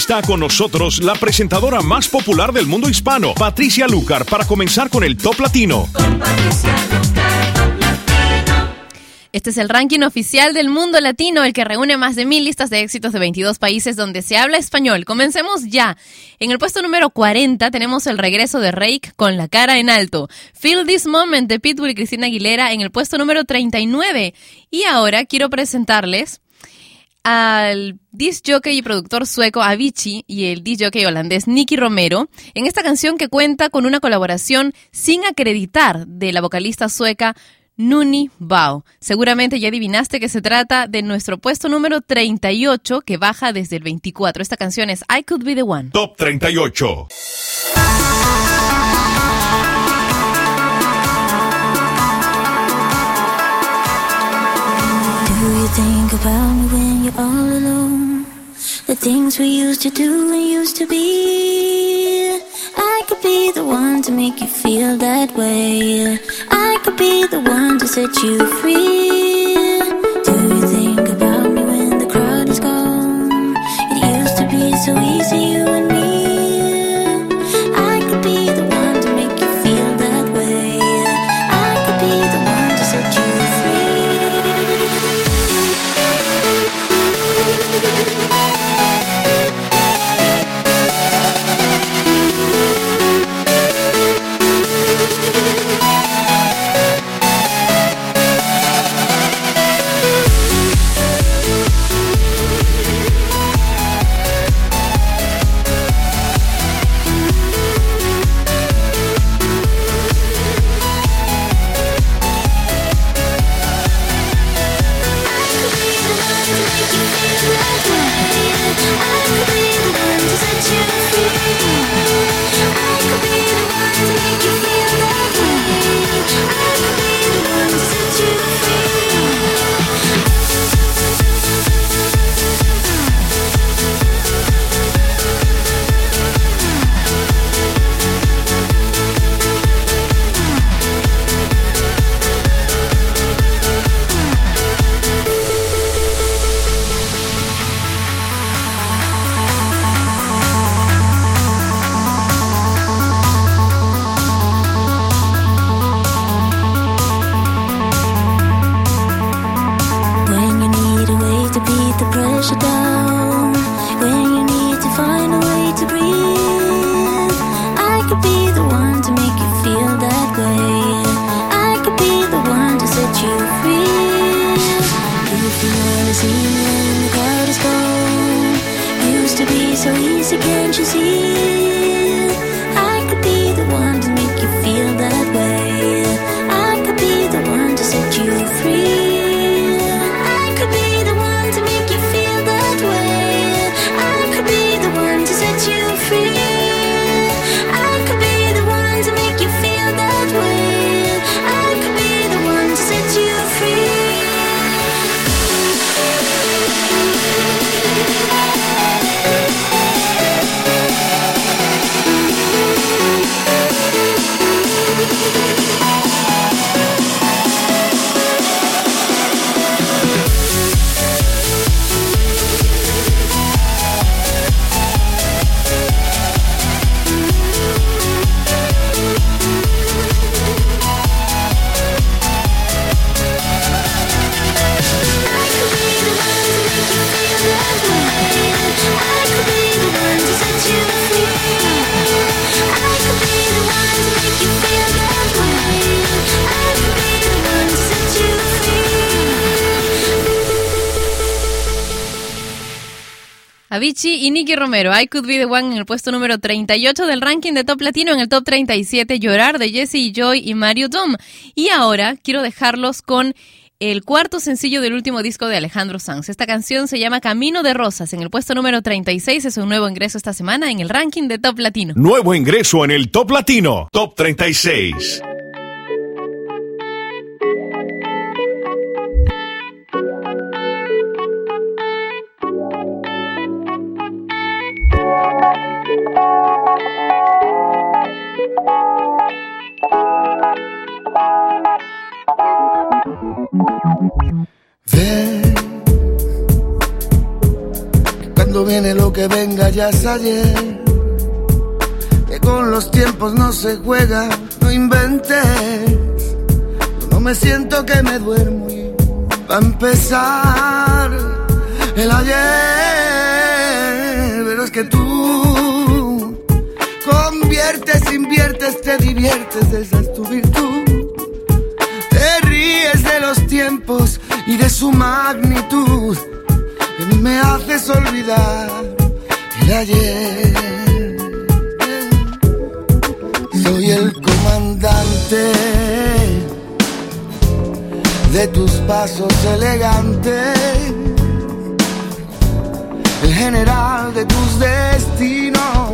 está con nosotros la presentadora más popular del mundo hispano, Patricia Lucar, para comenzar con el Top Latino. Con Patricia Lucar, Top Latino. Este es el ranking oficial del mundo latino, el que reúne más de 1000 listas de éxitos de 22 países donde se habla español. Comencemos ya. En el puesto número 40 tenemos el regreso de Rake con La cara en alto. Feel This Moment de Pitbull y Cristina Aguilera en el puesto número 39. Y ahora quiero presentarles al disc jockey y productor sueco Avicii y el disc jockey holandés Nicky Romero en esta canción que cuenta con una colaboración sin acreditar de la vocalista sueca Nuni Bao. Seguramente ya adivinaste que se trata de nuestro puesto número 38 que baja desde el 24. Esta canción es I Could Be The One. Top 38. Do you think about me when you're all alone? The things we used to do and used to be. I could be the one to make you feel that way. I could be the one to set you free. Do you think about me when the crowd is gone? It used to be so easy, you and me. I could be the one to make you feel that way. I could be the one to set you free. Avicii y Nicky Romero, I Could Be The One en el puesto número 38 del ranking de Top Latino. En el top 37, Llorar de Jessie Joy y Mario Dom. Y ahora quiero dejarlos con el cuarto sencillo del último disco de Alejandro Sanz. Esta canción se llama Camino de Rosas. En el puesto número 36 es un nuevo ingreso esta semana en el ranking de Top Latino. Nuevo ingreso en el Top Latino, Top 36. Ven, cuando viene lo que venga, ya es ayer, que con los tiempos no se juega, no inventes. No me siento que me duermo y va a empezar el ayer. Pero es que tú conviertes, inviertes, te diviertes, esa es tu virtud. Te ríes de los tiempos y de su magnitud. Y me haces olvidar el ayer. Soy el comandante de tus pasos elegantes, el general de tus destinos,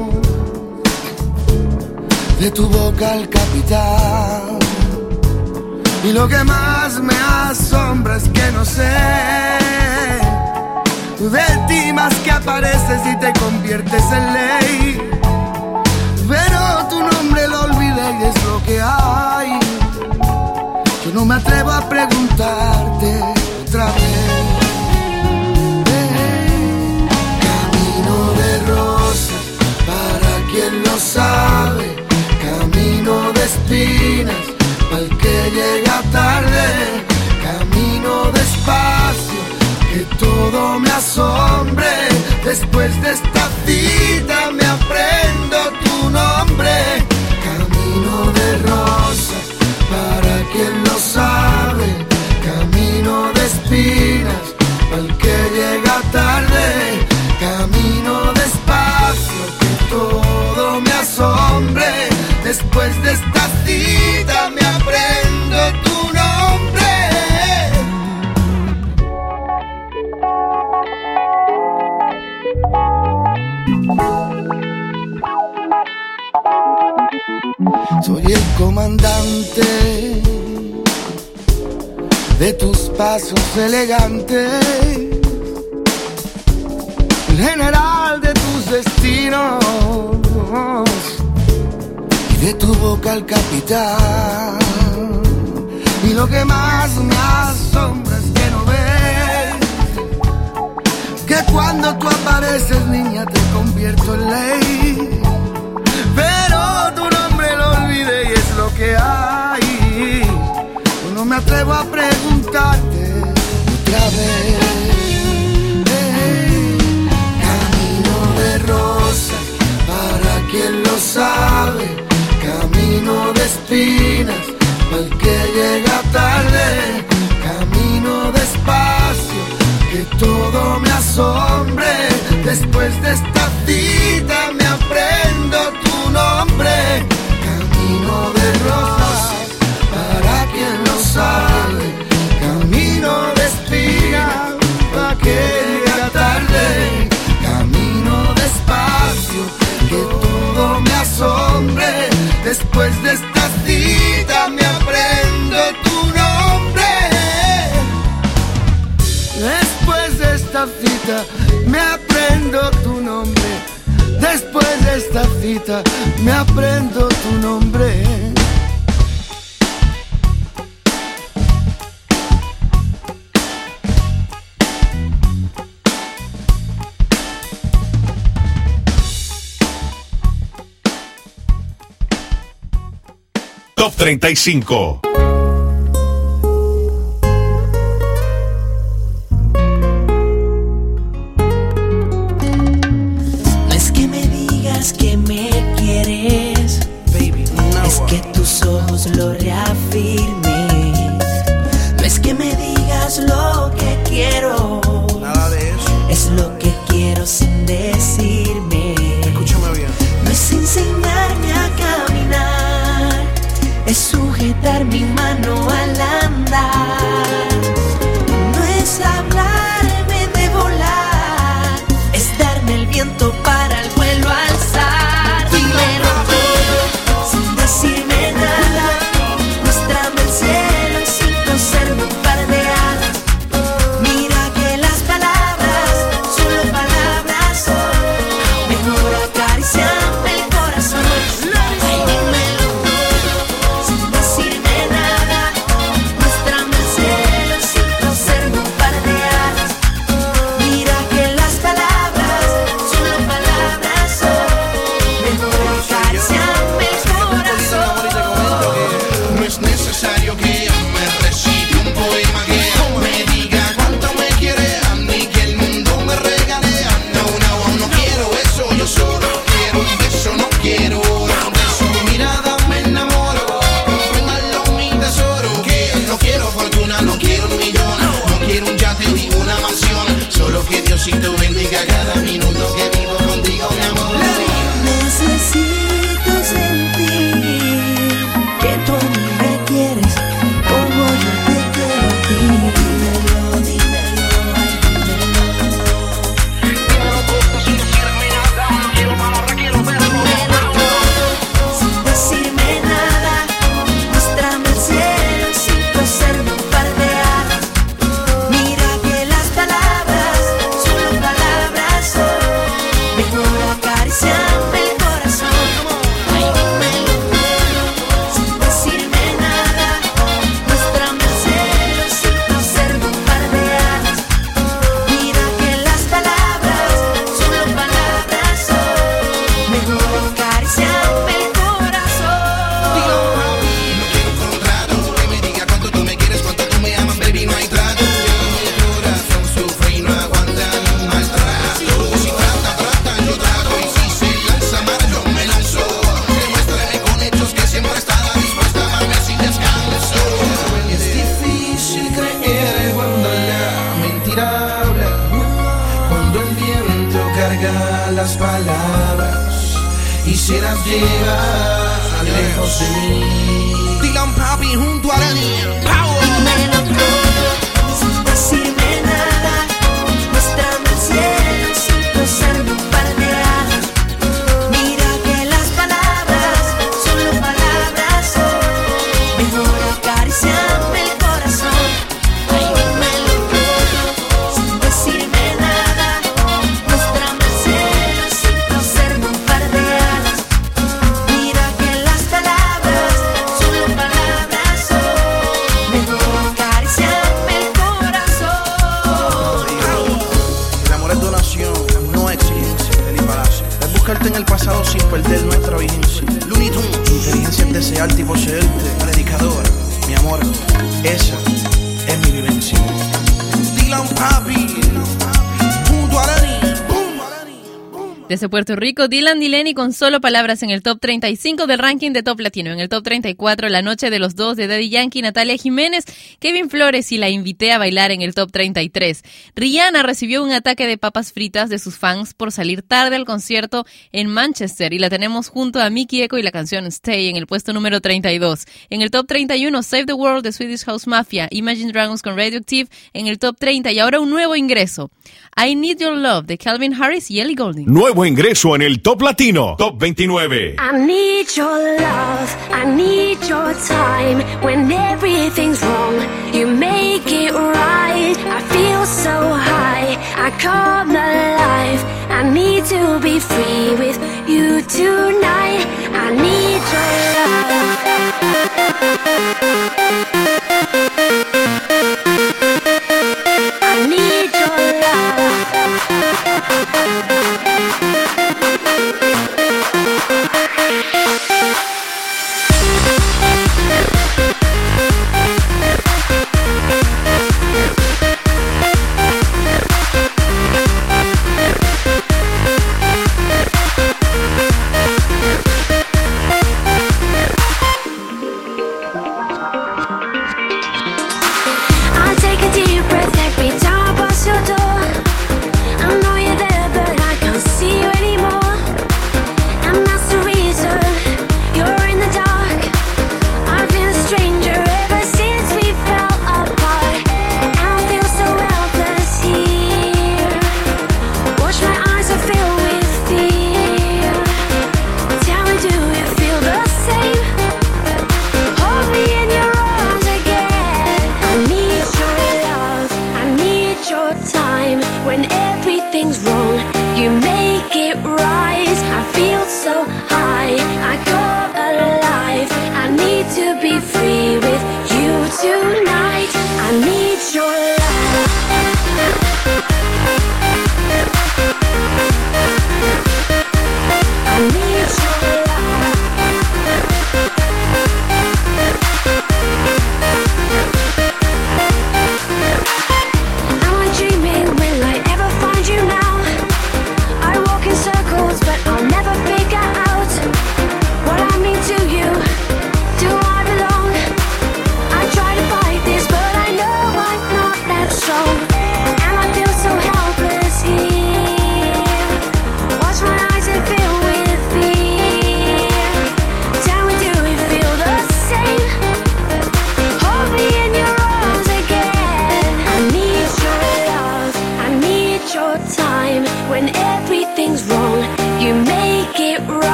de tu boca el capitán. Y lo que más me asombra es que no sé de ti más que apareces y te conviertes en ley. Pero tu nombre lo olvidé y es lo que hay. Yo no me atrevo a preguntarte otra vez. Camino de rosas, para quien lo sabe. Camino de espinas, para el que llega tarde. Camino despacio, que todo me asombre. Después de esta cita me aprendo tu nombre. Camino de rosas, para quien lo sabe. Camino de espinas, para el que llega tarde. Camino despacio, que todo me asombre. Después de esta cita me aprendo tu nombre. Soy el comandante de tus pasos elegantes, el general de tus destinos y de tu boca el capitán. Y lo que más me asombra es que no ves que cuando tú apareces, niña, te convierto en ley. Pero tu nombre lo olvidé y es lo que hay. Yo no me atrevo a preguntarte otra vez. Camino de rosas, para quien lo sabe. Camino de espinas, para el que llega tarde. Camino despacio, que todo me asombre. Después de esta cita me aprendo tu nombre. Camino de rosas, para quien lo sabe. Camino de espinas, para que llega tarde. Camino despacio, que todo me asombre. Después de esta cita me aprendo tu nombre. Después de esta cita me aprendo tu nombre. Después de esta cita me aprendo tu nombre. Top 35. No es que me digas que me quieres, baby, no. Es que tus ojos lo reafirmen. No es que me digas lo que quiero, Nada de eso. es lo que quiero sin decirme. Escúchame bien. No es enseñarme a caminar, es sujetar mi mano diga cada minuto que vivo contigo, mi amor. Necesito sentir que tú a mí me quieres como yo te quiero a ti. Dímelo, dímelo, ay, dímelo. Sin decirme nada, muéstrame el cielo sin coserme un par de alas. Mira que las palabras solo palabras son. Mejor acariciarme el corazón. Ay, dímelo, sin decirme nada, muéstrame el cielo sin coserme un par de alas. Mira que las palabras solo palabras son. Mejor acariciarme el corazón. No quiero contrato, que me diga cuánto tú me quieres, cuánto tú me amas, baby, no hay trato. Mi corazón sufre y no aguanta el maltrato. Si tratan, yo trato, y si se lanza mar, yo me lanzo. Demuéstrame con hechos que siempre estará dispuesta a amarme sin descanso. Es difícil creer cuando la mentira habla, cuando el viento carga las palabras y se las lleva lejos de mí. Dylan Papi junto a Dani. Dímelo todo, sin decirme nada, muéstrame el cielo sin coserme un par de alas. Mira que las palabras solo palabras son. Mejor acariciarme el corazón. Ay, dímelo todo, sin decirme nada, muéstrame el cielo sin coserme un par de alas. Mira que las palabras solo palabras son. Mejor acariciarme el corazón. El amor es donación, no exigencia. Eli Palacio. Es buscarte en el pasado sin perder nuestra vigencia. Looney Tunes. Inteligencia es desearte y poseerte. Predicador, mi amor, esa es mi vivencia. Dylan Papi junto a Dani. Desde Puerto Rico, Dylan Dileni con solo palabras en el top 35 del ranking de Top Latino. En el top 34, La Noche de los Dos de Daddy Yankee, Natalia Jiménez, Kevin Flores y La Invité a Bailar en el top 33. Rihanna recibió un ataque de papas fritas de sus fans por salir tarde al concierto en Manchester y la tenemos junto a Mickey Echo y la canción Stay en el puesto número 32. En el top 31, Save the World de Swedish House Mafia, Imagine Dragons con Radioactive en el top 30 y ahora un nuevo ingreso. I Need Your Love de Calvin Harris y Ellie Goulding. Nuevo ingreso en el Top Latino, Top 29. I need your love, I need your time. When everything's wrong, you make it right. I feel so high, I come alive. I need to be free with you tonight. I need your love. I need your love.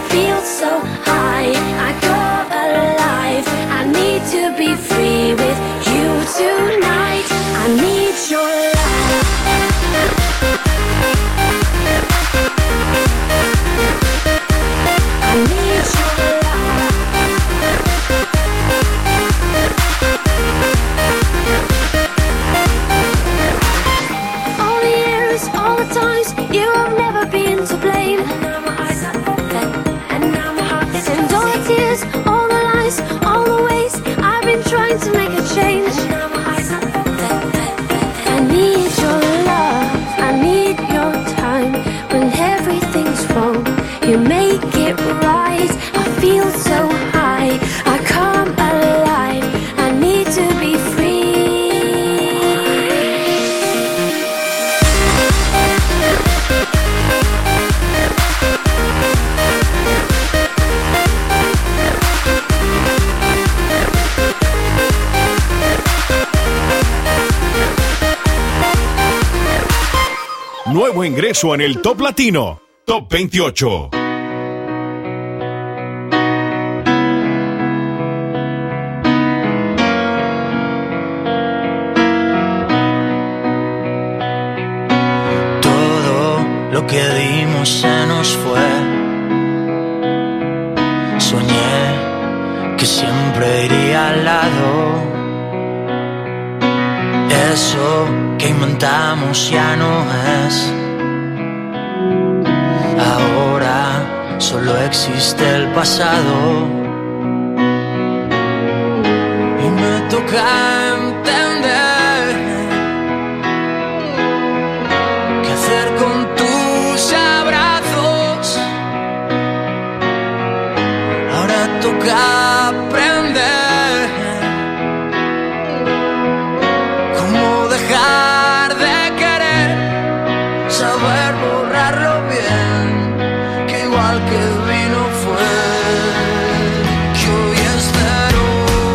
feel so high, I come alive. I need to be free with you tonight. I need your love. I need your love. All the years, all the times, you have never been to blame. And now my eyes are open, and now my heart is and all the tears, all the lies, all the ways I've been trying to make a change. And now my eyes are open. I need your love, I need your time. When everything's wrong, you make it right. I feel so high, I come alive. I need to be free. Nuevo ingreso en el Top Latino, Top 28. Todo lo que dimos se nos fue. Soñé que siempre iría al lado. Eso que inventamos ya no es. Ahora solo existe el pasado. Y me toca entender qué hacer con tus abrazos. Ahora toca aprender dejar de querer, saber borrarlo bien, que igual que vino fue, que hoy es cero.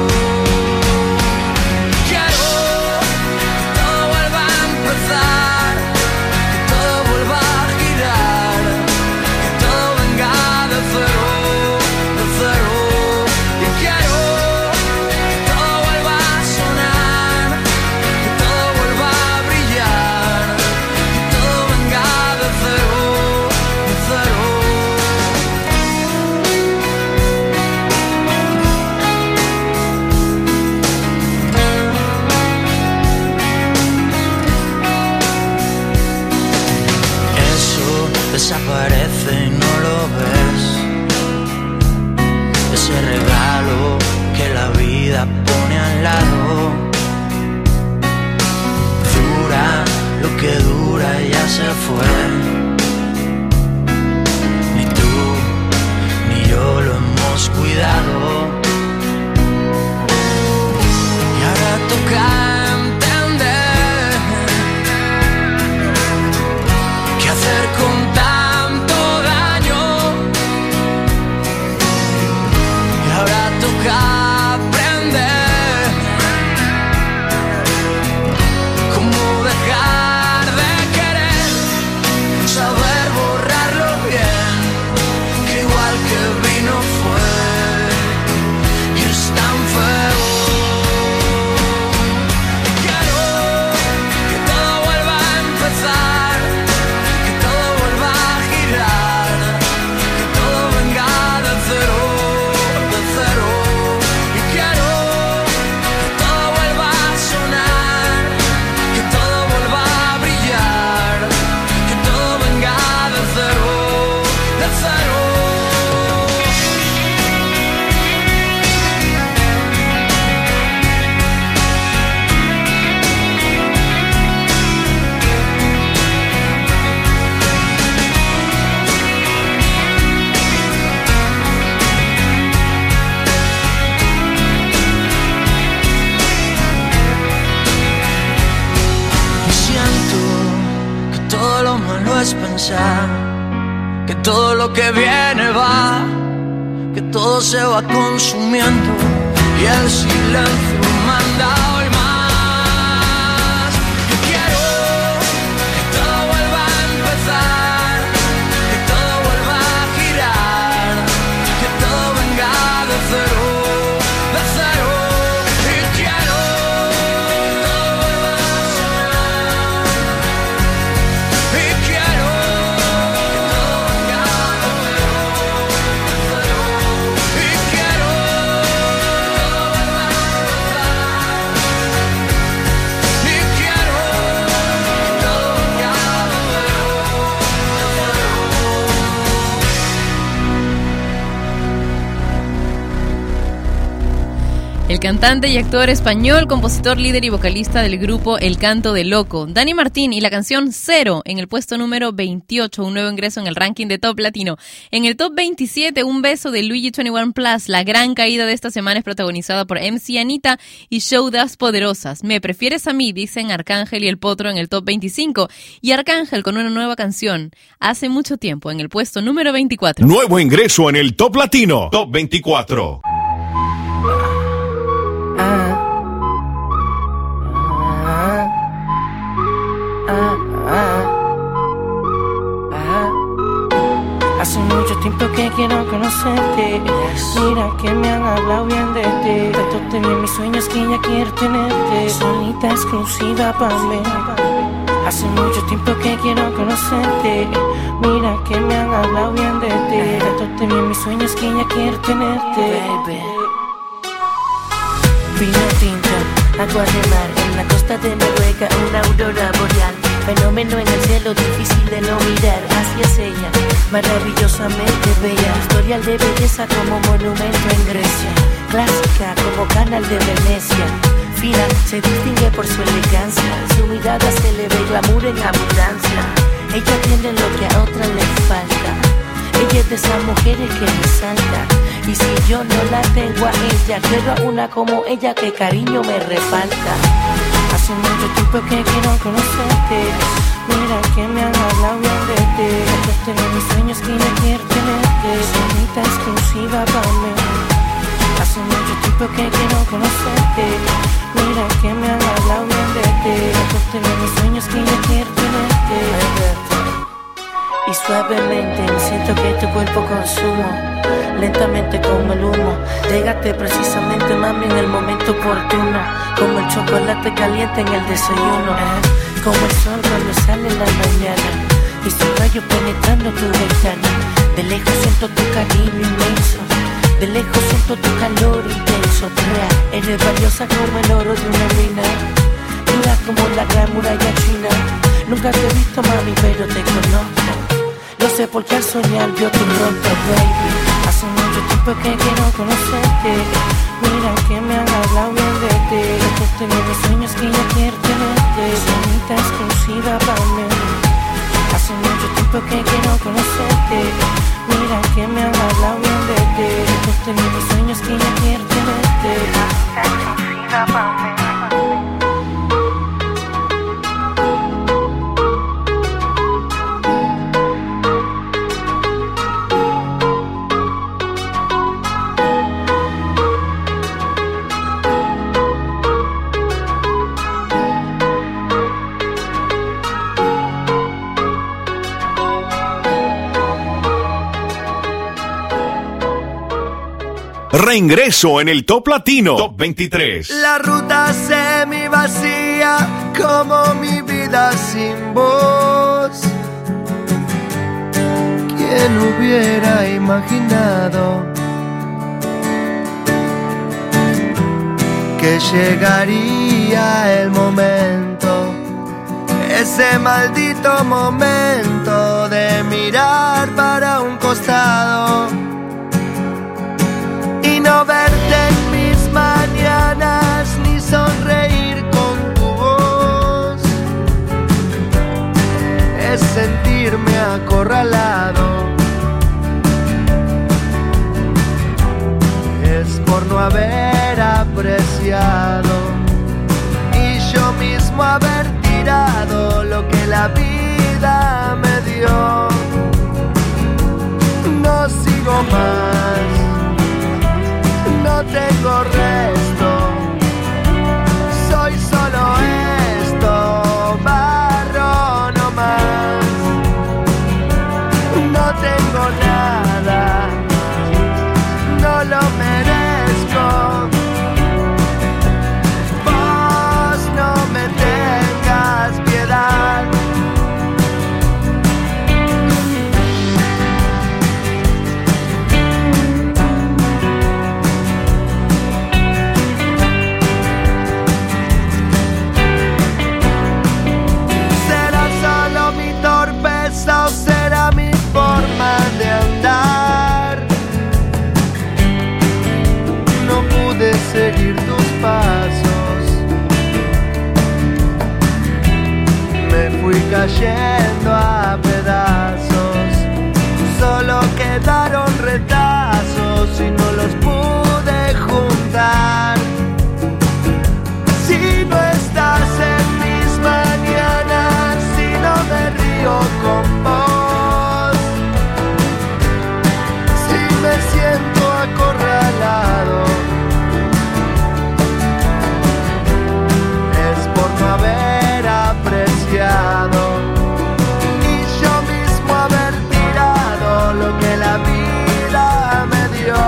Quiero que todo vuelva a empezar, que todo vuelva a girar, que todo venga de cero, de cero. Y quiero que todo vuelva a sonar, que todo vuelva a brillar, que todo venga de cero, de cero. Eso desaparece y no lo ves. Ese regalo que la vida pone al lado. Dura lo que dura y ya se fue. Ni tú ni yo lo hemos cuidado. Y ahora toca entender qué hacer con tanto daño. Y ahora toca aprender cómo dejar de querer, saber borrarlo bien, que igual que vino fue, y es tan feo. Quiero que todo vuelva a empezar, que todo vuelva a girar, que todo venga de cero, de cero. Y quiero que todo vuelva a sonar, que todo vuelva a brillar, que todo venga de cero, de cero. Y siento que todo lo malo es pensar que todo lo que viene va, que todo se va consumiendo y el silencio manda hoy más. Y quiero que todo vuelva a empezar, que todo vuelva a girar, cantante y actor español, compositor, líder y vocalista del grupo El Canto del Loco, Dani Martín, y la canción Cero en el puesto número 28, un nuevo ingreso en el ranking de Top Latino. En el top 27, Un beso de Luigi 21 Plus. La gran caída de esta semana es protagonizada por MC Anita y Show Das Poderosas. Me prefieres a mí, dicen Arcángel y El Potro en el top 25, y Arcángel con una nueva canción, Hace mucho tiempo, en el puesto número 24. Nuevo ingreso en el Top Latino, Top 24. Hace mucho tiempo que quiero conocerte. Mira que me han hablado bien de ti. Tanto tenía mis sueños que ya quiero tenerte. Solita exclusiva para mí. Hace mucho tiempo que quiero conocerte. Mira que me han hablado bien de ti. Tanto tenía mis sueños que ya quiero tenerte. Baby. Vino tinto, agua de mar, en la costa de Noruega, una aurora boreal. Fenómeno en el cielo, difícil de no mirar. Así es ella, maravillosamente bella. Historial de belleza como monumento en Grecia. Clásica como canal de Venecia. Fina, se distingue por su elegancia. Su mirada se le ve glamour en abundancia. Ella tiene lo que a otra le falta. Ella es de esas mujeres que resaltan. Y si yo no la tengo a ella, quiero a una como ella que cariño me refalta. Hace mucho tiempo que quiero conocerte. Mira que me han hablado bien de ti. Yo tengo mis sueños que ya quiero tenerte. Solita exclusiva para mí. Hace mucho tiempo que quiero conocerte. Mira que me han hablado bien de ti. Yo tengo mis sueños que ya quiero tenerte. Y suavemente siento que tu cuerpo consumo, lentamente como el humo. Llégate precisamente, mami, en el momento oportuno. Como el chocolate caliente en el desayuno. Como el sol cuando sale en la mañana y su rayo penetrando tu ventana. De lejos siento tu cariño inmenso. De lejos siento tu calor intenso. Eres valiosa como el oro de una mina. Dura como la gran muralla china. Nunca te he visto, mami, pero te conozco. Lo sé porque al soñar vio tu rostro, baby. Hace mucho tiempo que quiero conocerte. Mira que me han hablado bien de ti. Yo tengo mis sueños que ya quiero tenerte. Solita exclusiva para mí. Hace mucho tiempo que quiero conocerte. Mira que me han hablado bien de ti. Yo tengo mis sueños que ya quiero tenerte. Solita exclusiva para mí. Reingreso en el Top Latino, Top 23. La ruta semi vacía como mi vida sin voz. ¿Quién hubiera imaginado que llegaría el momento, ese maldito momento de mirar para un costado y no verte en mis mañanas ni sonreír con tu voz? Es sentirme acorralado, es por no haber apreciado y yo mismo haber tirado lo que la vida me dio. No sigo más, no tengo resto, soy solo esto, barro no más. No tengo nada, no lo merezco. Vos no me tengas piedad. ¿O será mi forma de andar? No pude seguir tus cayendo a pedazos. Solo quedaron retazos y no los pude juntar. Si no estás en mis mañanas, si no me río con vos, si me siento acorralado, es por no haber apreciado y yo mismo haber tirado lo que la vida me dio.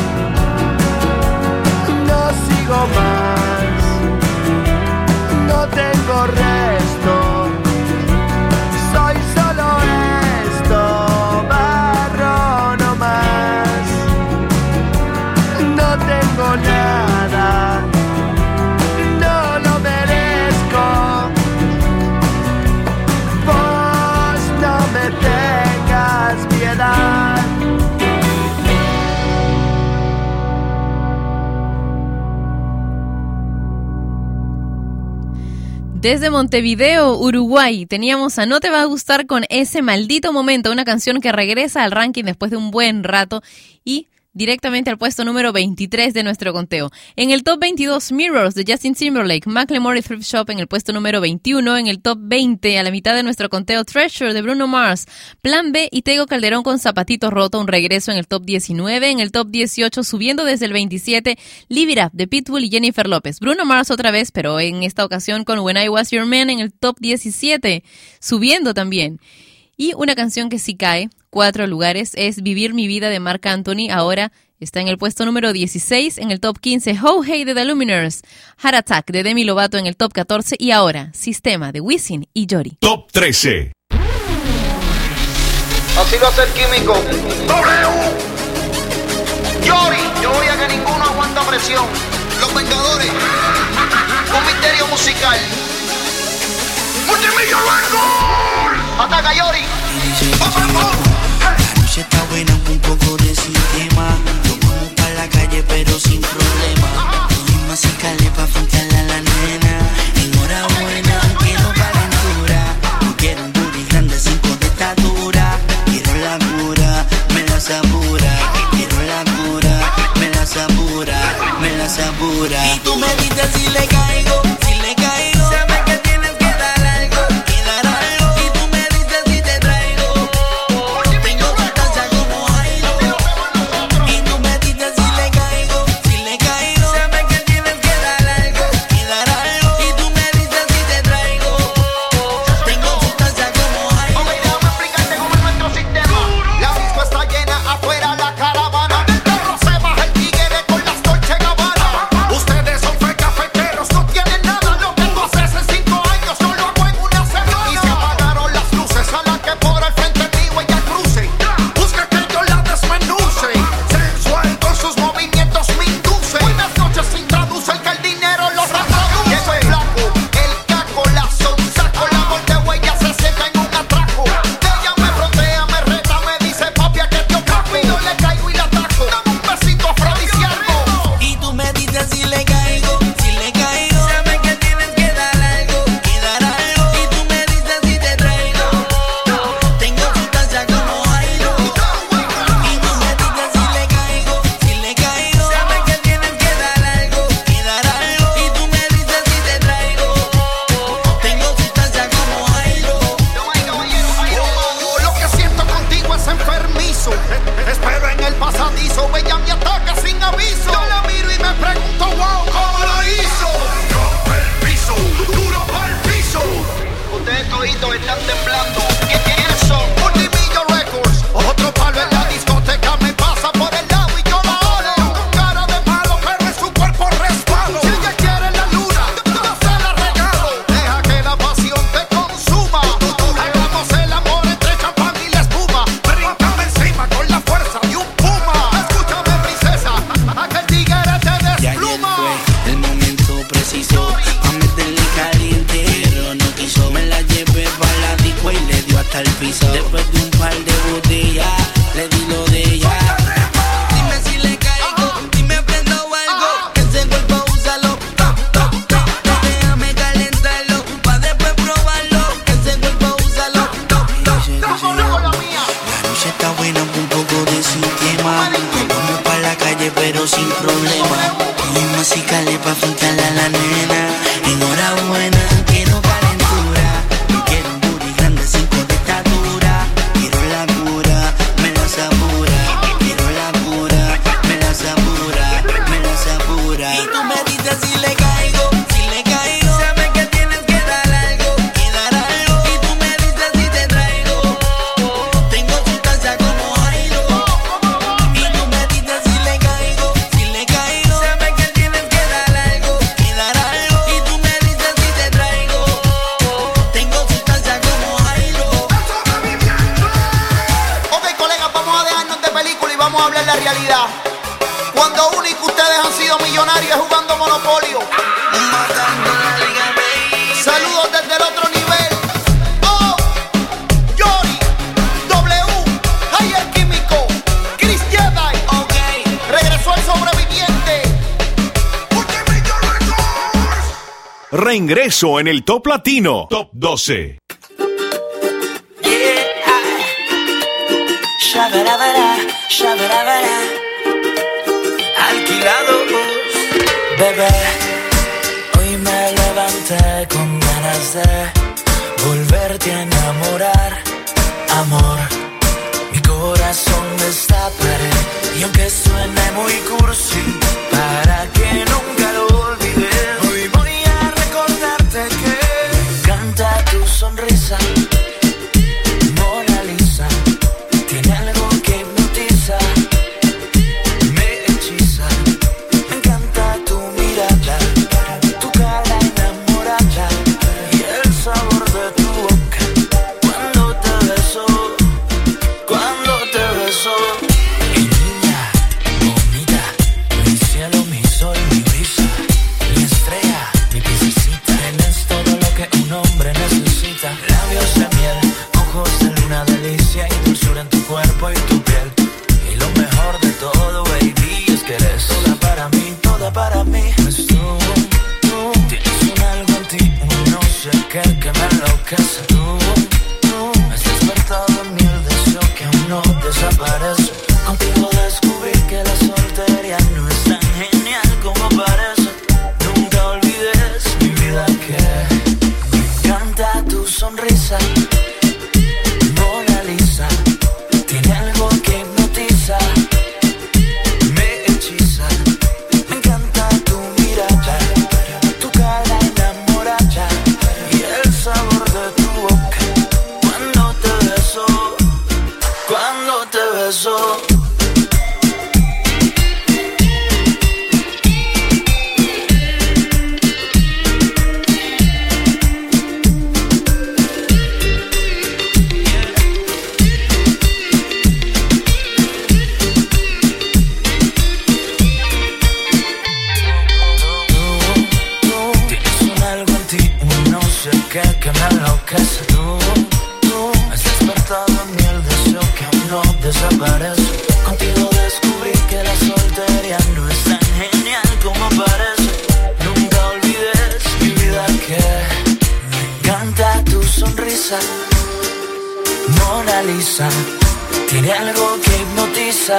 No sigo más, no tengo resto, soy solo esto, barro no más. No tengo nada, no lo merezco. Vos no me tengas piedad. Desde Montevideo, Uruguay, teníamos a No Te Va a Gustar con Ese Maldito Momento, una canción que regresa al ranking después de un buen rato y directamente al puesto número 23 de nuestro conteo. En el top 22, Mirrors de Justin Timberlake, Macklemore y Thrift Shop en el puesto número 21. En el top 20, a la mitad de nuestro conteo, Treasure de Bruno Mars, Plan B y Tego Calderón con Zapatito Roto, un regreso en el top 19. En el top 18, subiendo desde el 27, Live It Up de Pitbull y Jennifer López. Bruno Mars otra vez, pero en esta ocasión con When I Was Your Man en el top 17, subiendo también. Y una canción que sí cae 4 lugares es Vivir mi vida de Marc Anthony. Ahora está en el puesto número 16. En el top 15, Ho Hey de The Lumineers, Heart Attack de Demi Lovato en el top 14. Y ahora, Sistema de Wisin y Yori. Top 13. Así va a ser Químico. W. Yori, yo voy a que ninguno aguanta presión. Los Vengadores. Un misterio musical. Multimillonario. Ataca Yori. La noche está buena, un poco de sistema. Nos vamos pa' la calle pero sin problema. Cogimos sin calepa frente a la nena. Enhorabuena, quiero calentura. No quiero un booty grande, 5 de estatura. Quiero la cura, me la sabura. Quiero la cura, me la sabura. Me la sabura. Y tú me dices si le caigo, si le caigo. Sabes que tienes que dar algo, que dar algo. Y tú me dices si te traigo. Tengo sustancia como Jairo. Y tú me dices si le caigo, si le caigo. Sabes que tienes que dar algo, que dar algo. Y tú me dices si te traigo. Tengo sustancia como Jairo. Ok, déjame explicarte cómo es nuestro sistema. La disco está llena, afuera la caravana. Del carro se baja el tigre con las Dolce Gabbana. Ustedes son fe cafeteros, no tienen pero sin problema. Muy musicales pa' afrontarla a la nena. Enhorabuena, quiero calentura. Quiero un booty grande, 5 de estatura. Quiero la cura, me la sabura. Quiero la cura, me la sabura, me la sabura. Y tú me dices si le caigo, si le caigo. Sabes que tienes que dar algo, y dar algo. Y tú me dices si te traigo. Tengo sustancia como Jairo. Y tú me dices si le caigo, si le caigo. Sabes que tienes que dar algo, y dar algo. Y tú me dices si te traigo. Tengo sustancia como Jairo. Ok, colegas, vamos a dejarnos de película y vamos a hablar la realidad. Cuando único ustedes han sido millonarios jugando Monopolio. Saludos desde el otro nivel. Oh, Johnny, W, Jair Químico, Chris Jedi. Ok. Regresó el sobreviviente. Reingreso en el Top Latino. Top 12. Shabarabara, shabarabara. Alquilados, bebé. Hoy me levanté con ganas de volverte a enamorar. Amor, mi corazón destaparé. Y aunque suene muy cursi, para que nunca lo olvides, hoy voy a recordarte que me encanta tu sonrisa. Mona Lisa, tiene algo que hipnotiza, me hechiza. Me encanta tu mirada, tu cara enamorada y el sabor de tu boca cuando te beso, cuando te beso. Y niña bonita, mi cielo, mi sol, mi brisa, mi estrella, mi princesita. Tienes todo lo que un hombre necesita. Labios de miel, ojos de luna, delicia y dulzura en tu cuerpo y tu piel. Y lo mejor de todo, baby, es que eres toda para mí, toda para mí. Pues tú tienes un algo en ti, un no sé qué que me enloquece. Tú me has despertado en mí el deseo que aún no desaparece. Contigo descubrí que la soltería no es tan genial como parece. Nunca olvides, mi vida, que me encanta tu sonrisa. Mona Lisa, tiene algo que hipnotiza, me hechiza. Me encanta tu mirada, tu cara enamorada y el sabor de tu boca cuando te beso, cuando te beso. Tienes un algo en ti, un no sé qué que me enloquece. Tú has despertado en mí el deseo que aún no desaparece. Contigo descubrí que la soltería no es tan genial como parece. Nunca olvides, mi vida, que me encanta tu sonrisa. Mona Lisa, tiene algo que hipnotiza,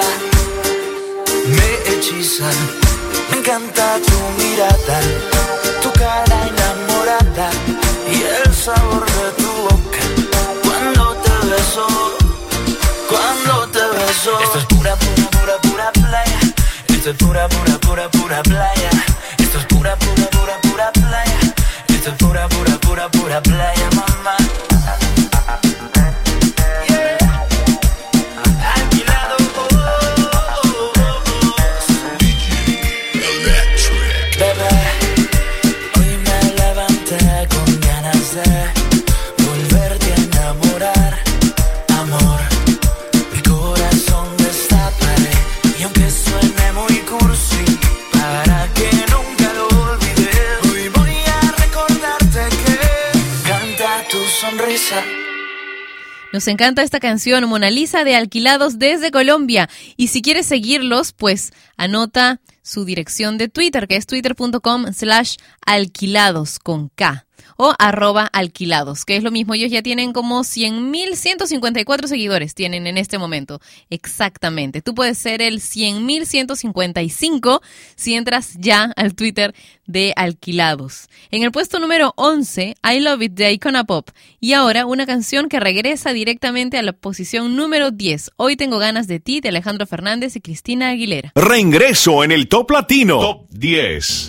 me hechiza. Me encanta tu mirada, tu cara enamorada y el sabor de tu boca cuando te beso, cuando te beso. Esto es pura, pura, pura, pura playa. Esto es pura, pura, pura, pura playa. Esto es pura, pura, pura, pura playa. Esto es pura, pura, pura, pura playa, mamá. Volverte a enamorar, amor, mi corazón destaparé. Y aunque suene muy cursi, para que nunca lo olvides, hoy voy a recordarte que me encanta tu sonrisa. Nos encanta esta canción, Mona Lisa de Alquilados desde Colombia. Y si quieres seguirlos, pues anota su dirección de Twitter, que es twitter.com/alquilados con K. o @alquilados, que es lo mismo. Ellos ya tienen como 100.154 seguidores tienen en este momento. Exactamente. Tú puedes ser el 100.155 si entras ya al Twitter de Alquilados. En el puesto número 11, I Love It de Icona Pop. Y ahora una canción que regresa directamente a la posición número 10. Hoy tengo ganas de ti, de Alejandro Fernández y Cristina Aguilera. Reingreso en el Top Latino. Top 10.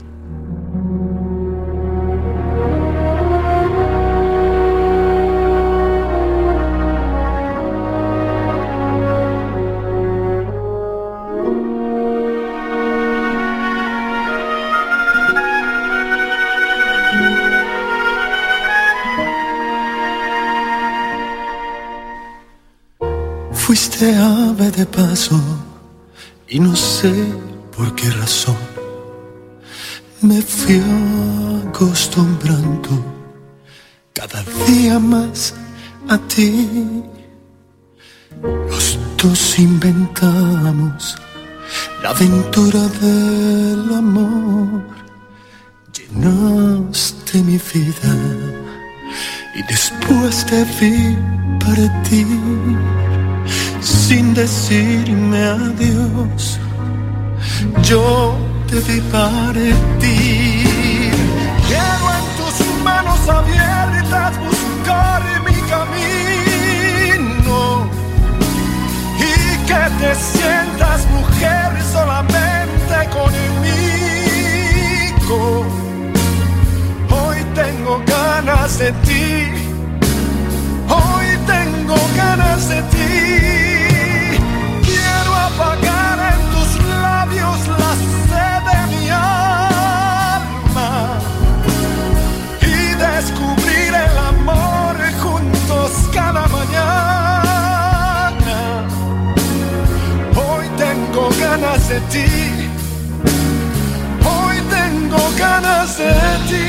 Fuiste ave de paso y no sé por qué razón me fui acostumbrando cada día más a ti. Los dos inventamos la aventura del amor. Llenaste mi vida y después te vi partir sin decirme adiós. Yo te vi partir. Quiero en tus manos abiertas buscar mi camino y que te sientas mujer solamente conmigo. Hoy tengo ganas de ti. Hoy tengo ganas de ti. Quiero apagar en tus labios la sed de mi alma y descubrir el amor juntos cada mañana. Hoy tengo ganas de ti. Hoy tengo ganas de ti.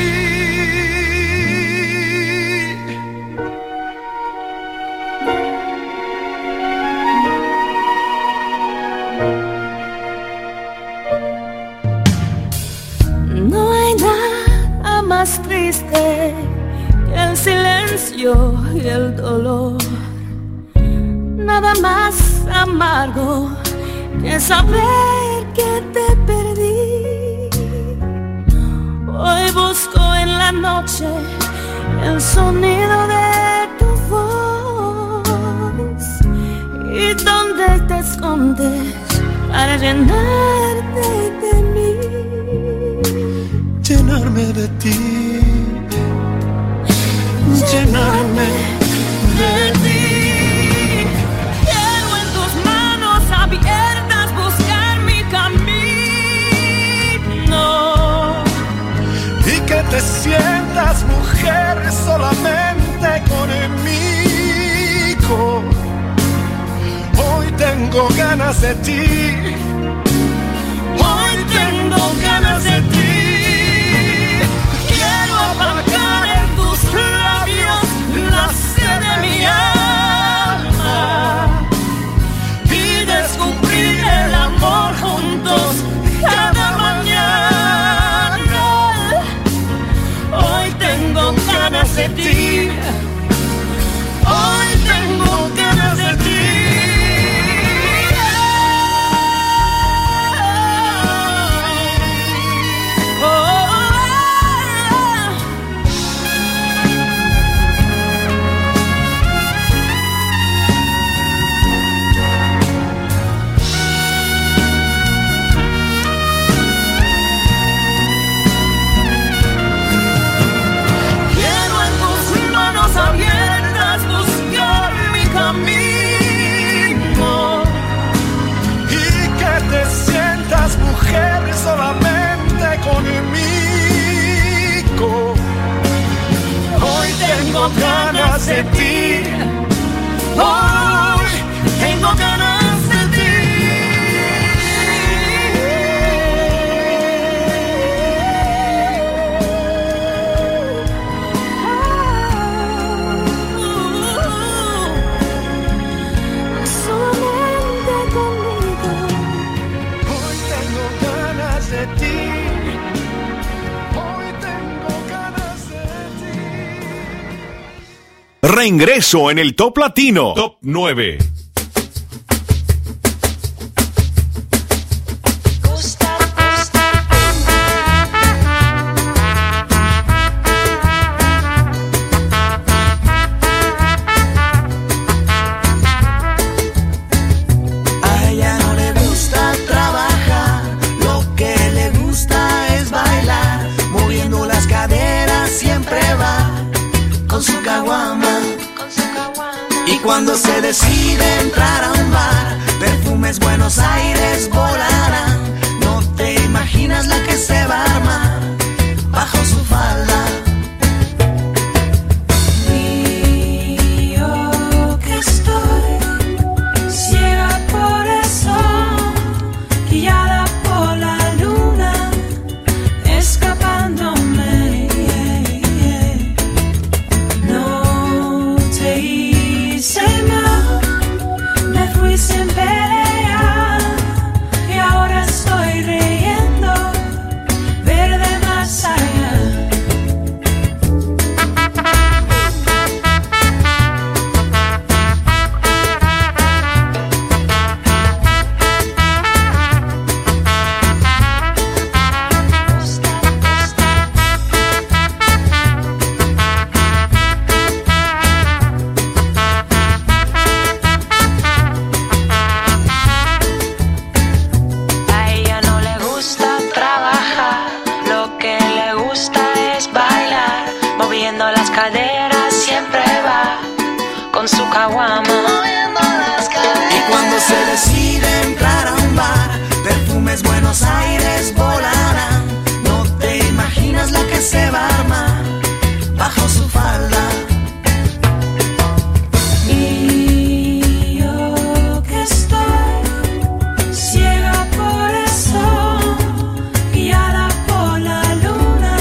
Más triste que el silencio y el dolor, nada más amargo que saber que te perdí. Hoy busco en la noche el sonido de tu voz y dónde te escondes para llenarte de mí. Llenarme de ti, llenarme de ti. Quiero en tus manos abiertas buscar mi camino y que te sientas mujer solamente conmigo. Hoy tengo ganas de ti. Hoy tengo ganas de ti. Apagar en tus labios la sed de mi alma y descubrir el amor juntos cada mañana. Hoy tengo ganas de ti. Hoy tengo ganas de ti. Mujer solamente conmigo. Hoy tengo ganas de ti. Hoy tengo ganas de ti. Solamente conmigo. Hoy tengo ganas de ti. Hoy tengo ganas de ti. cada ingreso en el Top Latino. Top 9. Cuando se decide entrar a un bar, perfumes Buenos Aires volarán. No te imaginas la que se va a armar bajo su falda. Y yo que estoy ciega por eso, guiada por la luna, escapándome. No te hice mal, me fui sin pelear y ahora estoy riendo, verde más allá. A ella no le gusta trabajar, lo que le gusta es bailar, moviendo las caderas siempre va con su caguama. Y cuando se decide entrar a un bar, perfumes Buenos Aires volarán. No te imaginas la que se va a armar bajo su falda. Y yo que estoy ciega por eso, guiada por la luna,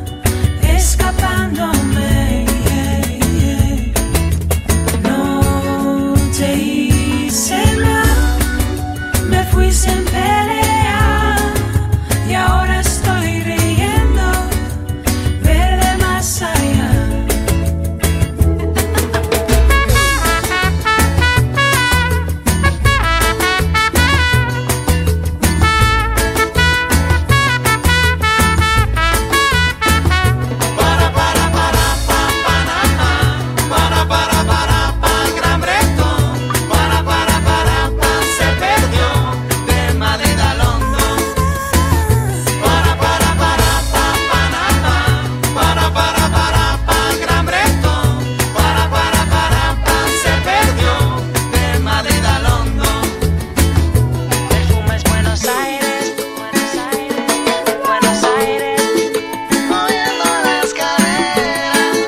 escapándome. No te hice mal, me fui sin pelear y ahora estoy riendo, verde más allá. Gran Bretón, se perdió de Madrid a London. Gran Bretón, se perdió de Madrid a London. Perfumes Buenos Aires, Buenos Aires, moviendo las caderas.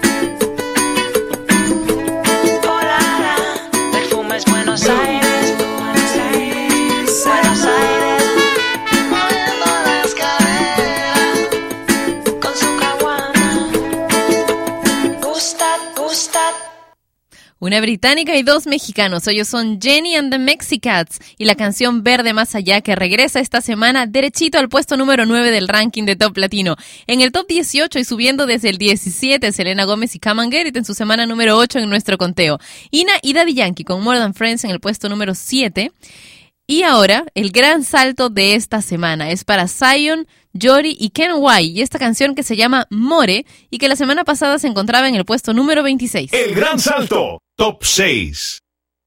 Volará, perfumes Buenos Aires, Buenos Aires, moviendo las caderas con su caguama. Gustat. Una británica y dos mexicanos. Ellos son Jenny and the Mexicats y la canción Verde Más Allá, que regresa esta semana derechito al puesto número 9 del ranking de Top Latino. En el Top 18 y subiendo desde el 17, Selena Gómez y Come and Get It en su semana número 8 en nuestro conteo. Ina y Daddy Yankee con More Than Friends en el puesto número 7. Y ahora, el gran salto de esta semana es para Zion, Jory y Ken White, y esta canción que se llama More y que la semana pasada se encontraba en el puesto número 26. El gran salto. Top 6.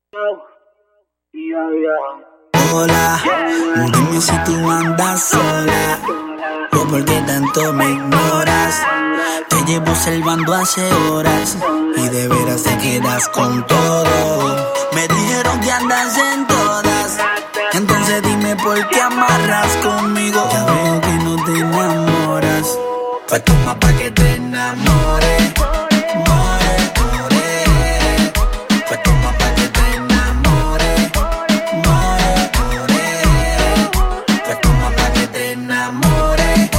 Hola, dime si tú andas sola o por qué tanto me ignoras. Te llevo observando hace horas y de veras te quedas con todo. Me dijeron que andas en todas, entonces dime por qué amarras conmigo. Ya veo que no te enamoras, pues toma pa' que te enamores. Pues toma pa' que te enamores. Pues toma pa' que te enamores.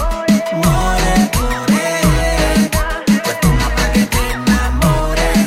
Pues toma pa' que te enamores.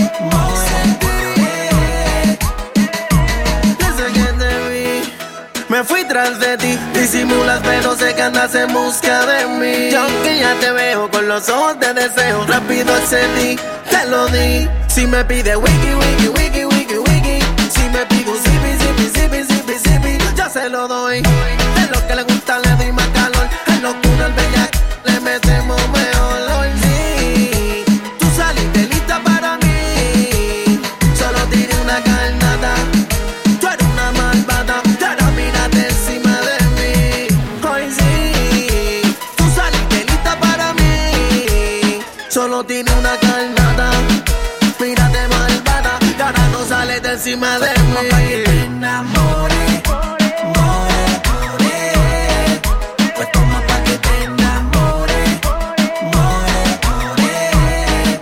Desde que te vi, me fui tras de ti. Disimulas pero sé que andas en busca de mí. Y aunque ya te veo con los ojos de deseo, rápido accedí, te lo di. Si me pide wiki, wiki, wiki, wiki, wiki. Si me pide un zippy, zippy, zippy, zippy, zippy, yo se lo doy. Es lo que le gusta, le doy más calor. Es lo que uno al bellac le metemos mejor. Hoy sí, tú saliste lista para mí. Solo tiré una carnada. Tú eres una malvada, pero mírate encima de mí. Hoy sí, tú saliste lista para mí. Solo tiré una carnada. Mírate malvada, que ahora no sales de encima de mí. Pa' que te enamores, more, more. Pues toma pa' que te enamores, more, more.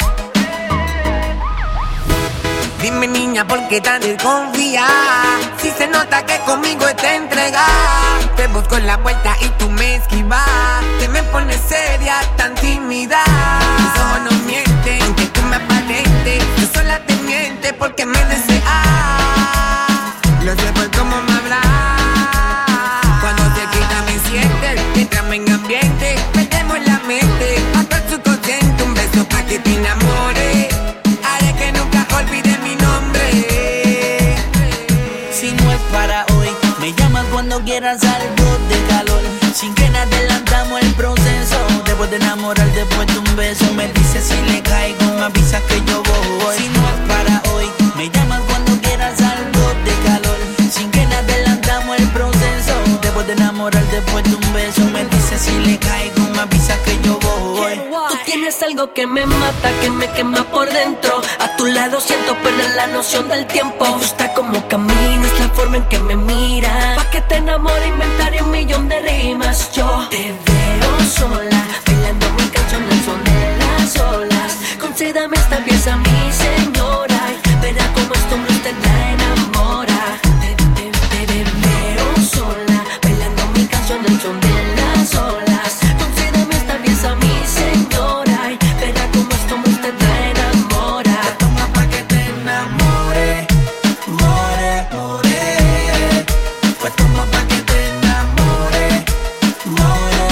Dime niña, ¿por qué tan desconfía? Si se nota que conmigo te entregas. Te busco en la puerta y tú me esquivas. Te me pones seria, tan tímida. Mis ojos no mienten, aunque tú me aparentes. Yo sola te miente porque me deseas. Lo sé por cómo me hablas. Cuando te quita me sientes. Entrame en ambiente, perdemos la mente. Hasta el subconsciente, un beso pa' que te enamores. Haré que nunca olvide mi nombre. Si no es para hoy, me llamas cuando quieras algo de calor. Sin que nada adelantamos el proceso. Después de enamorar, después de un beso. Me dices si le caigo, me avisas que yo voy. Si no es para hoy, me llamas cuando quieras algo de calor. Sin que nada adelantamos el proceso. Después de enamorar, después de un beso. Me dices si le caigo, me avisas que yo voy. Tú tienes algo que me mata, que me quema por dentro. A tu lado siento perder la noción del tiempo. Me gusta cómo caminas, la forma en que me miras. Pa' que te enamore inventaré 1.000.000 de rimas. Yo te veo sola, bailando mi canción al son de las olas. Concédame esta pieza, mi señora. Verá cómo este hombre usted la enamora. Te veo sola, bailando mi canción al son de las olas. Concédame esta pieza, mi señora. Verá cómo este hombre usted la enamora. Te toma pa' que te enamore, more, more. Pues toma pa' que te enamore, more,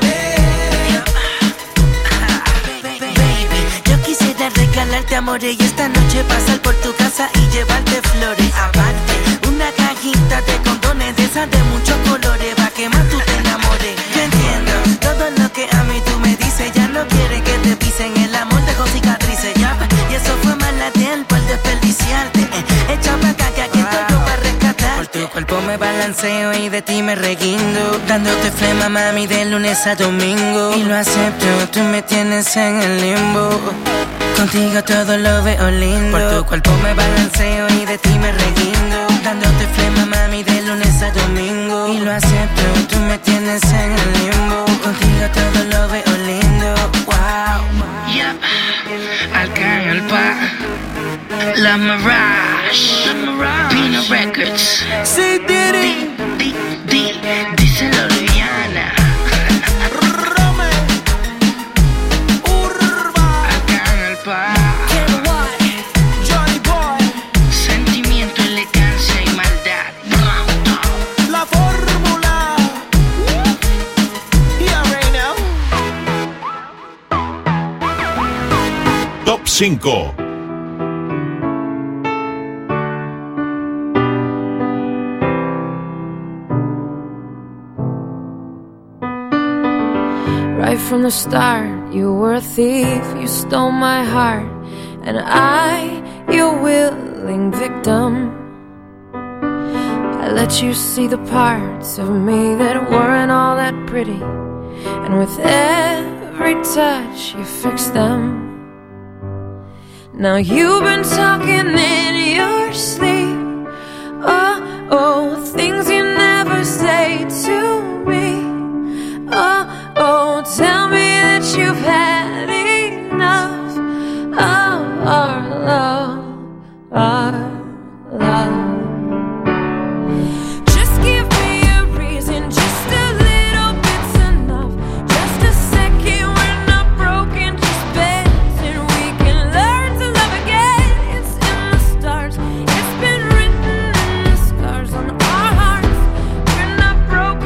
more. Baby, yo quisiera regalarte amores y esta noche pasar por tu casa y llevarte flores. Aparte, una cajita de condones de esas de muchos colores pa' que más tú te enamores. Yo entiendo todo lo que a mí tú me dices. Ya no quiere que te pisen el amor de con cicatrices. Ya, y eso fue mala tiempo el desperdiciarte. Echa pa' acá que aquí estoy yo pa' rescatar. Por tu cuerpo me balanceo y de ti me reguindo. Dándote flema, mami, de lunes a domingo. Y lo acepto, tú me tienes en el limbo. Contigo todo lo veo lindo. Por tu cuerpo me balanceo y de ti me reguindo. Dándote flema, mami, de lunes a domingo. Y lo acepto, tú me tienes en el limbo. Contigo todo lo veo lindo. Wow. Yeah, Alcanalpa, La Mirage, Pino Records. Sí, Diddy. Díselo, Rihanna. Rome, Urba, Alcanalpa. Johnny Boy. Sentimiento, elegancia y maldad. La fórmula. Yeah, right now. Top 5. Right from the start, you were a thief, you stole my heart, and I, your willing victim. I let you see the parts of me that weren't all that pretty, and with every touch you fixed them. Now you've been talking in your sleep, oh, oh, things you never say to me. Oh, oh, tell me that you've had enough of our love, our love. Just give me a reason, just a little bit's enough. Just a second, we're not broken, just bends, and we can learn to love again. It's in the stars, it's been written in the scars on our hearts. We're not broken.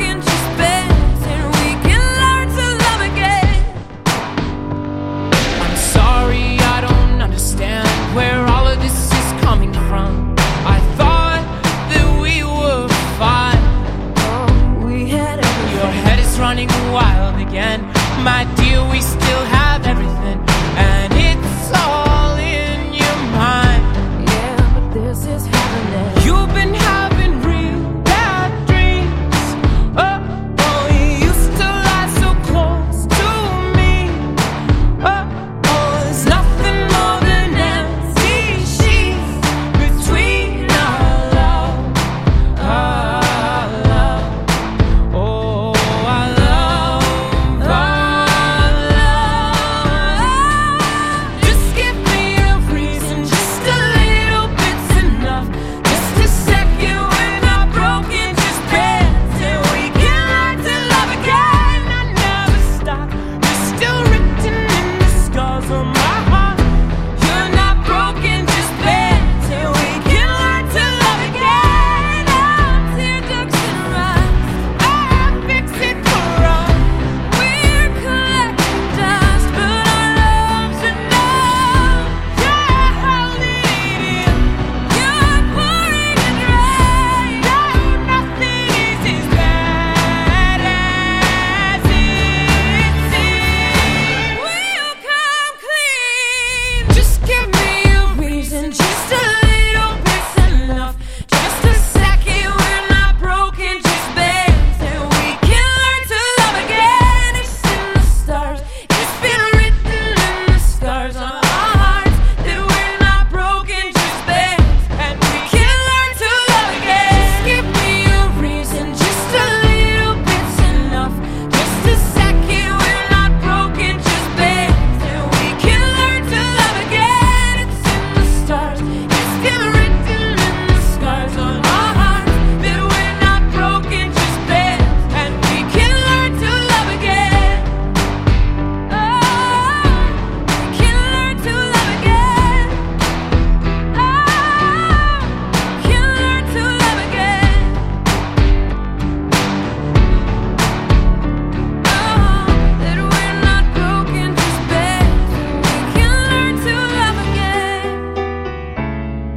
running wild again. My dear, we still have everything, and it's all in your mind. Yeah, but this is happening. You've been having real bad dreams. Oh, you used to lie so close to me. Oh, there's nothing more than empty sheets between our love. Our love. Oh, our love. Our love. Just give me a reason, just a little bit's enough. Just a second when I'm broken, just dance and we can learn to love again. I never stop, you're still written in the scars on my heart. You're not broken, just dance and we can learn to love again. Our tear ducts and rust, I'll fix it for us. We're collecting dust, but our love's enough. You're holding it in, you're pouring it rain. No, nothing is as bad as it seems. We'll come clean. Just give me a reason, just a little bit's enough. Just a second, we're not broken, just dance and we can learn to love again. It's in the stars, it's been written in the scars on our hearts that we're not broken, just dance and we can learn to love again. Just give me a reason, just a little bit's enough. Just a second, we're not broken, just dance and we can learn to love again. It's in the stars, it's been written in the scars on our hearts that we're not broken, just dance and we can learn to love again. Oh, we can learn to love again. Oh, we can learn to love again. Oh, that we're not broken, just dance and we can learn to love again.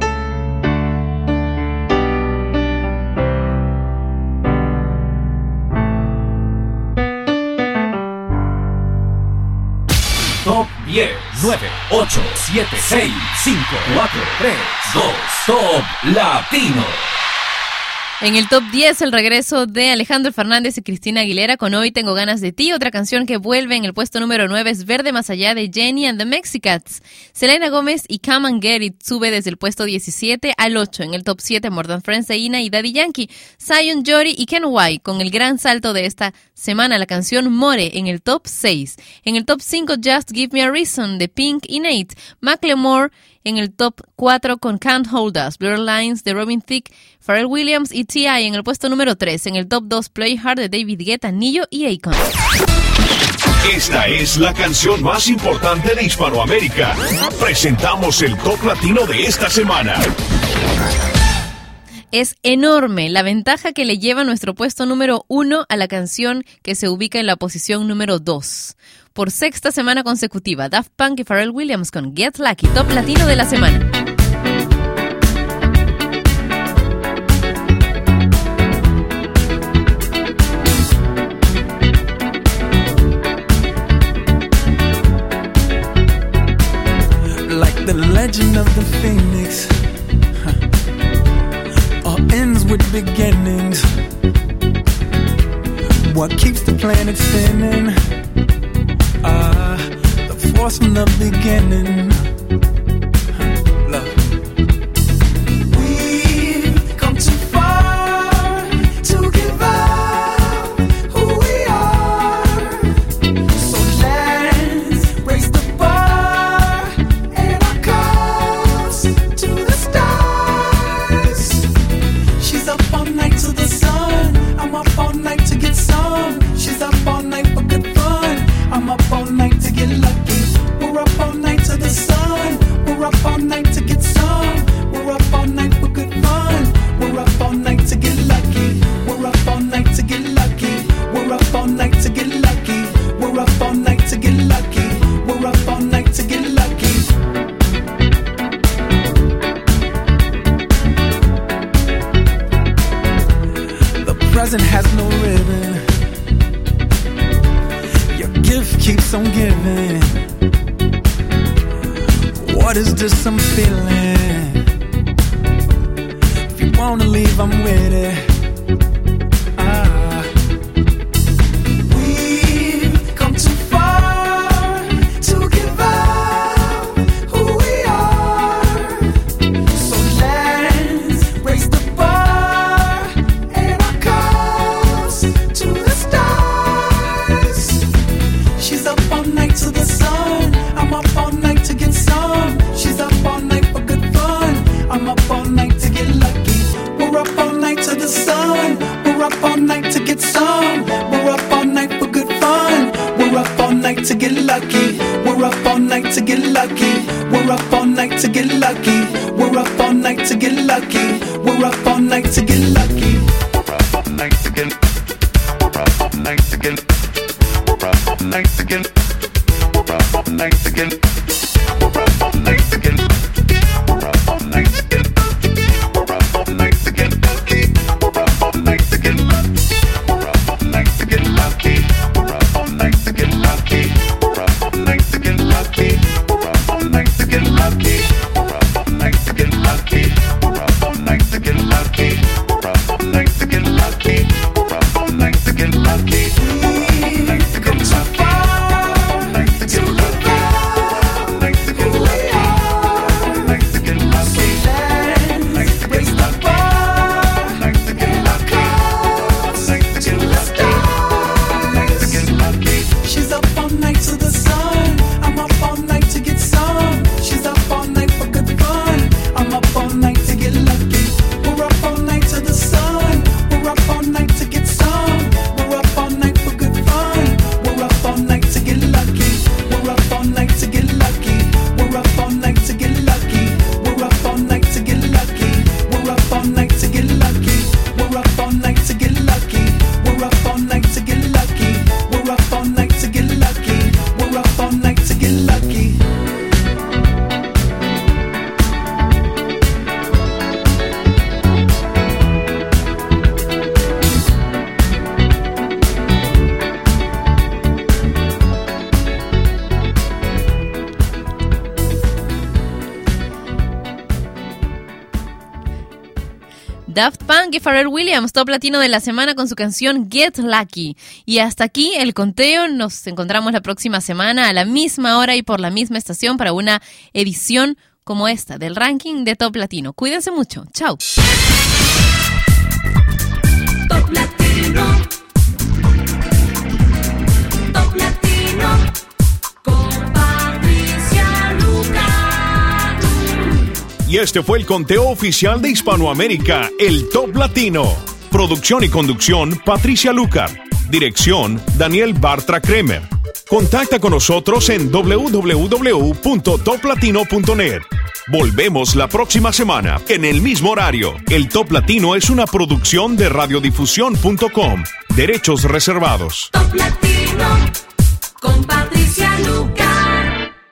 Top 10, 9, 8, 7, 6, 5, 4, 3, 2, Top Latino. En el top 10, el regreso de Alejandro Fernández y Cristina Aguilera con Hoy Tengo Ganas de Ti. Otra canción que vuelve en el puesto número 9 es Verde Más Allá de Jenny and the Mexicats. Selena Gómez y Come and Get It sube desde el puesto 17 al 8. En el top 7, More Than Friends de Ina y Daddy Yankee. Zion, Jory y Ken White con el gran salto de esta semana, la canción More en el top 6. En el top 5, Just Give Me a Reason de Pink y Nate. Macklemore en el top 4 con Can't Hold Us, Blurred Lines de Robin Thicke, Pharrell Williams y T.I. en el puesto número 3. En el top 2, Play Hard de David Guetta, Nillo y Akon. Esta es la canción más importante de Hispanoamérica. Presentamos el Top Latino de esta semana. Es enorme la ventaja que le lleva nuestro puesto número 1 a la canción que se ubica en la posición número 2. Por sexta semana consecutiva, Daft Punk y Pharrell Williams con Get Lucky, Top Latino de la semana. Like the legend of the phoenix, all ends with beginnings. What keeps the planet spinning? The force from the beginning. Love. We've come too far to give up who we are. So let's raise the bar and our cups to the stars. She's up all night to the sun. I'm up all night to get some. She's up all night for good fun. I'm up all night to get lucky. We're up all night to the sun. What is this I'm feeling? If you wanna leave, I'm with it. We've come too far to give up who we are. So let's raise the bar and our cups to the stars. She's up all night to the sun. I'm up all night to get some. She's up all night for good fun. I'm up all night to get lucky. We're up all night to the sun. We're up all night to get some. We're up all night for good fun. We're up all night to get lucky. We're up all night to get lucky. We're up all night to get lucky. We're up all night to get lucky. We're up all night to get lucky. We're up all night to get. We're up all night to get. We're up all night to get. We're up all night to get. We're up all night to get. We're up all night to get. We're up all night to get lucky. We're up all night to get lucky. We're up all night to get lucky. We're up all night to get lucky. We're up all night to get lucky. We're up all night to get lucky. We're up all night to get lucky. We're up all night to get lucky. We're up all night to get lucky. We're up all night to get lucky. We've come so far to give up who we are. To get lucky. Let's raise the bar and our cups to the stars. She's up all night to the sun. I'm up all night to get some. She's up all night for good fun. I'm up all night to get lucky. We're up all night to the sun. We're up all night to get some. We're up all night for good fun. We're up all night to get lucky. We're up all night to get lucky. We're up all night to get lucky. We're up all night to get lucky. We're up all night to get lucky. We're up all night to get lucky. We're up all night to get lucky. We're up all night to get lucky. We're up all night to get lucky. Daft Punk y Pharrell Williams, top latino de la semana con su canción Get Lucky. Y hasta aquí el conteo. Nos encontramos la próxima semana a la misma hora y por la misma estación para una edición como esta del ranking de top latino. Cuídense mucho. Chao. Top Latino. Top Latino. Con Patricia Luca. Y este fue el conteo oficial de Hispanoamérica, el Top Latino. Producción y conducción, Patricia Lucar. Dirección, Daniel Bartra Kremer. Contacta con nosotros en www.toplatino.net. Volvemos la próxima semana, en el mismo horario. El Top Latino es una producción de radiodifusión.com. Derechos reservados. Top Latino. Con Patricia Luca.